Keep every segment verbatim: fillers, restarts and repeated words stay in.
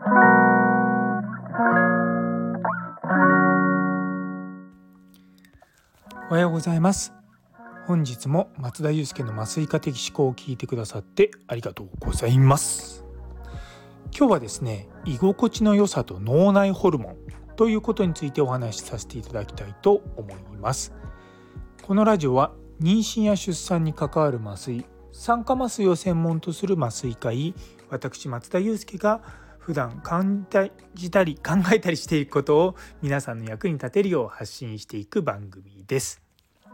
おはようございます。本日も松田祐介の麻酔科的思考を聞いてくださってありがとうございます。今日はですね、居心地の良さと脳内ホルモンということについてお話しさせていただきたいと思います。このラジオは妊娠や出産に関わる麻酔、酸化麻酔を専門とする麻酔科医、私松田祐介が普段感じたり考えたりしていることを皆さんの役に立てるよう発信していく番組です。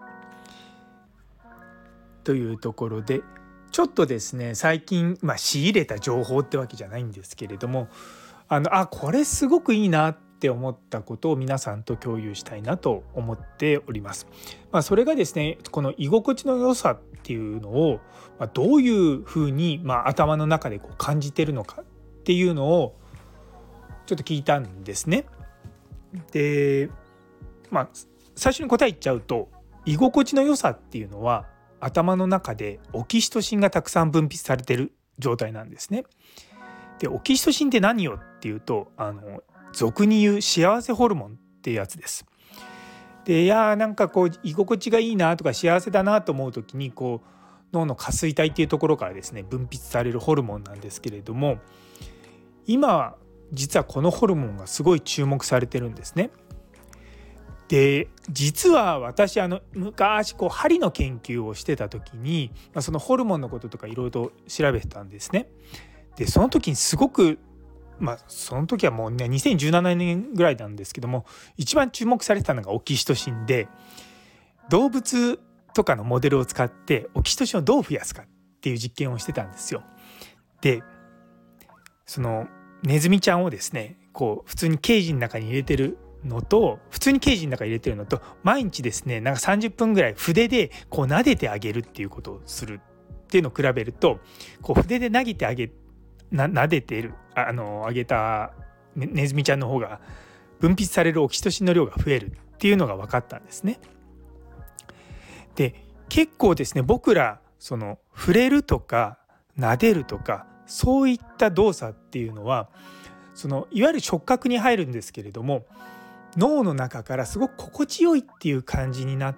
というところで、ちょっとですね、最近、まあ、仕入れた情報ってわけじゃないんですけれども、あのあこれすごくいいなって思ったことを皆さんと共有したいなと思っております。まあ、それがですね、この居心地の良さっていうのを、まあ、どういうふうに、まあ、頭の中でこう感じてるのかっていうのをちょっと聞いたんですね。で、まあ、最初に答え言っちゃうと、居心地の良さっていうのは頭の中でオキシトシンがたくさん分泌されている状態なんですね。で、オキシトシンって何よっていうと、あの俗に言う幸せホルモンっていうやつです。で、いやなんかこう居心地がいいなとか幸せだなと思う時に、こう脳の下垂体っていうところからですね分泌されるホルモンなんですけれども、今実はこのホルモンがすごい注目されてるんですね。で、実は私あの昔こう針の研究をしてた時に、まあ、そのホルモンのこととかいろいろと調べてたんですね。で、その時にすごく、まあその時はもうねにせんじゅうななねんぐらいなんですけども、一番注目されてたのがオキシトシンで、動物とかのモデルを使ってオキシトシンをどう増やすかっていう実験をしてたんですよ。で、そのネズミちゃんをですね、こう普通にケージの中に入れてるのと、普通にケージの中に入れてるのと、毎日ですねなんかさんじゅっぷんぐらい筆でこう撫でてあげるっていうことをするっていうのを比べると、こう筆で投げてあげな撫でてるあのあげたネズミちゃんの方が分泌されるオキシトシンの量が増えるっていうのが分かったんですね。で、結構ですね、僕らその触れるとか撫でるとかそういった動作っていうのは、そのいわゆる触覚に入るんですけれども、脳の中からすごく心地よいっていう感じになって、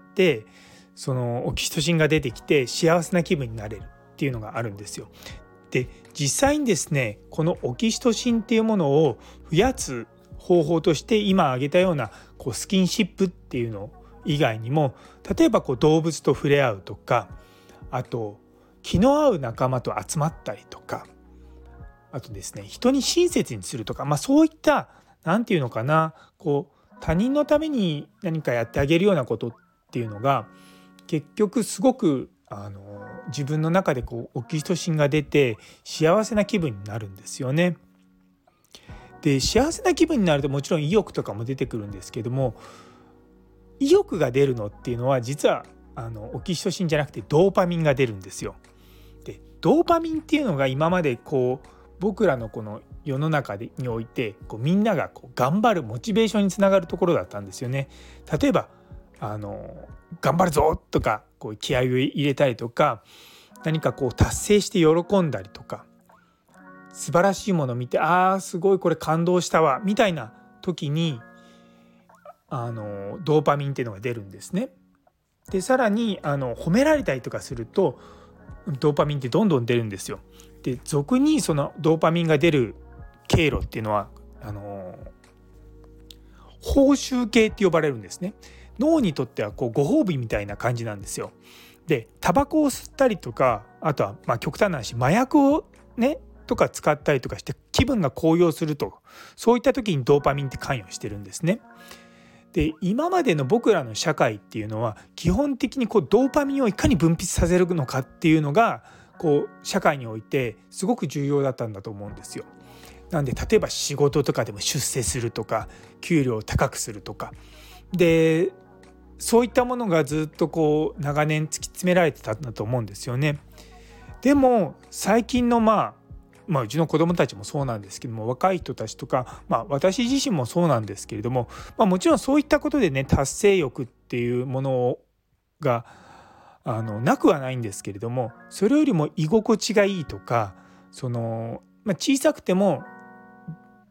そのオキシトシンが出てきて幸せな気分になれるっていうのがあるんですよ。で、実際にですね、このオキシトシンっていうものを増やす方法として、今挙げたようなこうスキンシップっていうの以外にも、例えばこう動物と触れ合うとか、あと気の合う仲間と集まったりとか、あとですね、人に親切にするとか、まあ、そういったなんていうのかな、こう他人のために何かやってあげるようなことっていうのが、結局すごくあの自分の中でこうオキシトシンが出て幸せな気分になるんですよね。で、幸せな気分になるともちろん意欲とかも出てくるんですけども、意欲が出るのっていうのは実はあのオキシトシンじゃなくてドーパミンが出るんですよ。で、ドーパミンっていうのが今までこう僕らのこの世の中においてこうみんながこう頑張るモチベーションにつながるところだったんですよね。例えばあの頑張るぞとかこう気合を入れたりとか、何かこう達成して喜んだりとか、素晴らしいものを見て、あーすごいこれ感動したわみたいな時にあのドーパミンっていうのが出るんですね。で、さらにあの褒められたりとかするとドーパミンってどんどん出るんですよ。で、俗にそのドーパミンが出る経路っていうのはあの報酬系って呼ばれるんですね。脳にとってはこうご褒美みたいな感じなんですよ。で、タバコを吸ったりとか、あとはまあ極端な話、麻薬をねとか使ったりとかして気分が高揚すると、そういった時にドーパミンって関与してるんですね。で、今までの僕らの社会っていうのは基本的にこうドーパミンをいかに分泌させるのかっていうのがこう社会においてすごく重要だったんだと思うんですよ。なんで、例えば仕事とかでも出世するとか、給料を高くするとかで、そういったものがずっとこう長年突き詰められてたんだと思うんですよね。でも最近のまあまあうちの子どもたちもそうなんですけども、若い人たちとか、まあ私自身もそうなんですけれども、まあ、もちろんそういったことでね達成欲っていうものがあのなくはないんですけれども、それよりも居心地がいいとか、その、まあ、小さくても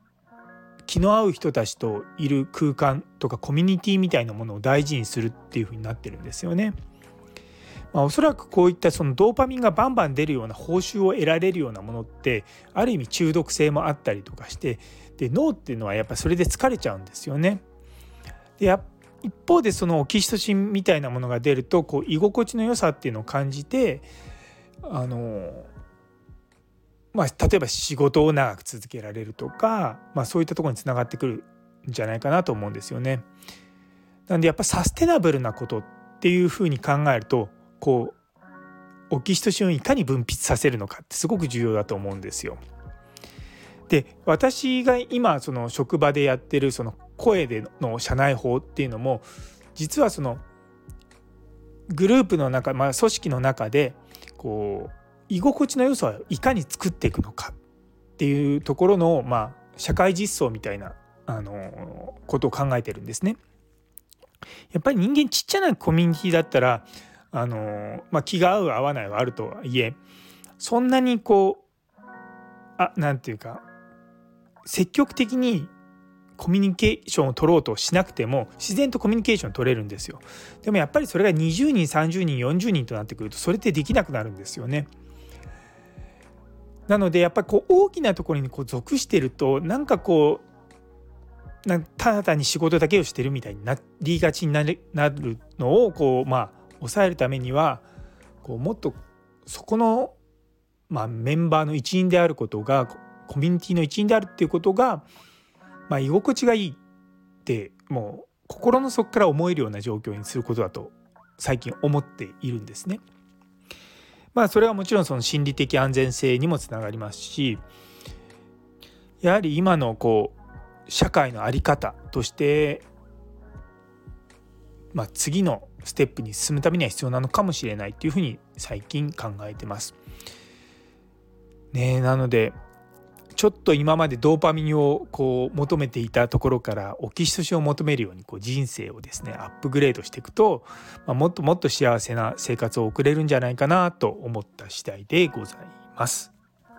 気の合う人たちといる空間とかコミュニティみたいなものを大事にするっていう風になってるんですよね。まあ、おそらくこういったそのドーパミンがバンバン出るような報酬を得られるようなものってある意味中毒性もあったりとかして、で脳っていうのはやっぱそれで疲れちゃうんですよね。でや一方でそのオキシトシンみたいなものが出るとこう居心地の良さっていうのを感じて、あのまあ、例えば仕事を長く続けられるとか、まあ、そういったところにつながってくるんじゃないかなと思うんですよね。なんでやっぱサステナブルなことっていうふうに考えると、こうオキシトシンをいかに分泌させるのかってすごく重要だと思うんですよ。で私が今その職場でやってるその声での社内法っていうのも、実はそのグループの中、まあ、組織の中でこう居心地の良さをいかに作っていくのかっていうところの、まあ、社会実装みたいなあのことを考えてるんですね。やっぱり人間ちっちゃなコミュニティだったらあの、まあ、気が合う合わないはあるとはいえ、そんなにこうあなんていうか積極的にコミュニケーションを取ろうとしなくても自然とコミュニケーション取れるんですよ。でもやっぱりそれがにじゅうにんさんじゅうにんよんじゅうにんとなってくるとそれってできなくなるんですよね。なのでやっぱりこう大きなところにこう属してると、なんかこうなただ単に仕事だけをしてるみたいになりがちになるのをこう、まあ、抑えるためにはこうもっとそこの、まあ、メンバーの一員であることが、コミュニティの一員であるっていうことが、まあ、居心地がいいってもう心の底から思えるような状況にすることだと最近思っているんですね。まあそれはもちろんその心理的安全性にもつながりますし、やはり今のこう社会の在り方として、まあ、次のステップに進むためには必要なのかもしれないというふうに最近考えてます。ね、なのでちょっと今までドーパミンをこう求めていたところからオキシトシンを求めるようにこう人生をですねアップグレードしていくと、まあ、もっともっと幸せな生活を送れるんじゃないかなと思った次第でございます。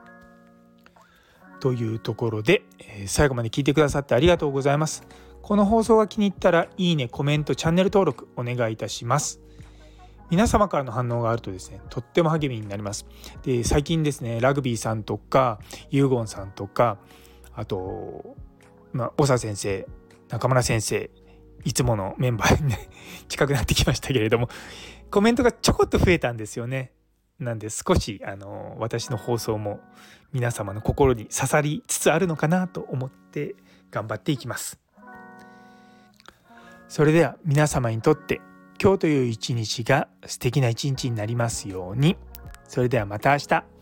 というところで、えー、最後まで聞いてくださってありがとうございます。この放送が気に入ったらいいね、コメント、チャンネル登録お願いいたします。皆様からの反応があるとですね、とっても励みになります。で、最近ですね、ラグビーさんとかユーゴンさんとか、あと、まあ、長先生、中村先生、いつものメンバーに、ね、近くなってきましたけれども、コメントがちょこっと増えたんですよね。なんで少しあの私の放送も皆様の心に刺さりつつあるのかなと思って頑張っていきます。それでは皆様にとって今日という一日が素敵な一日になりますように。それではまた明日。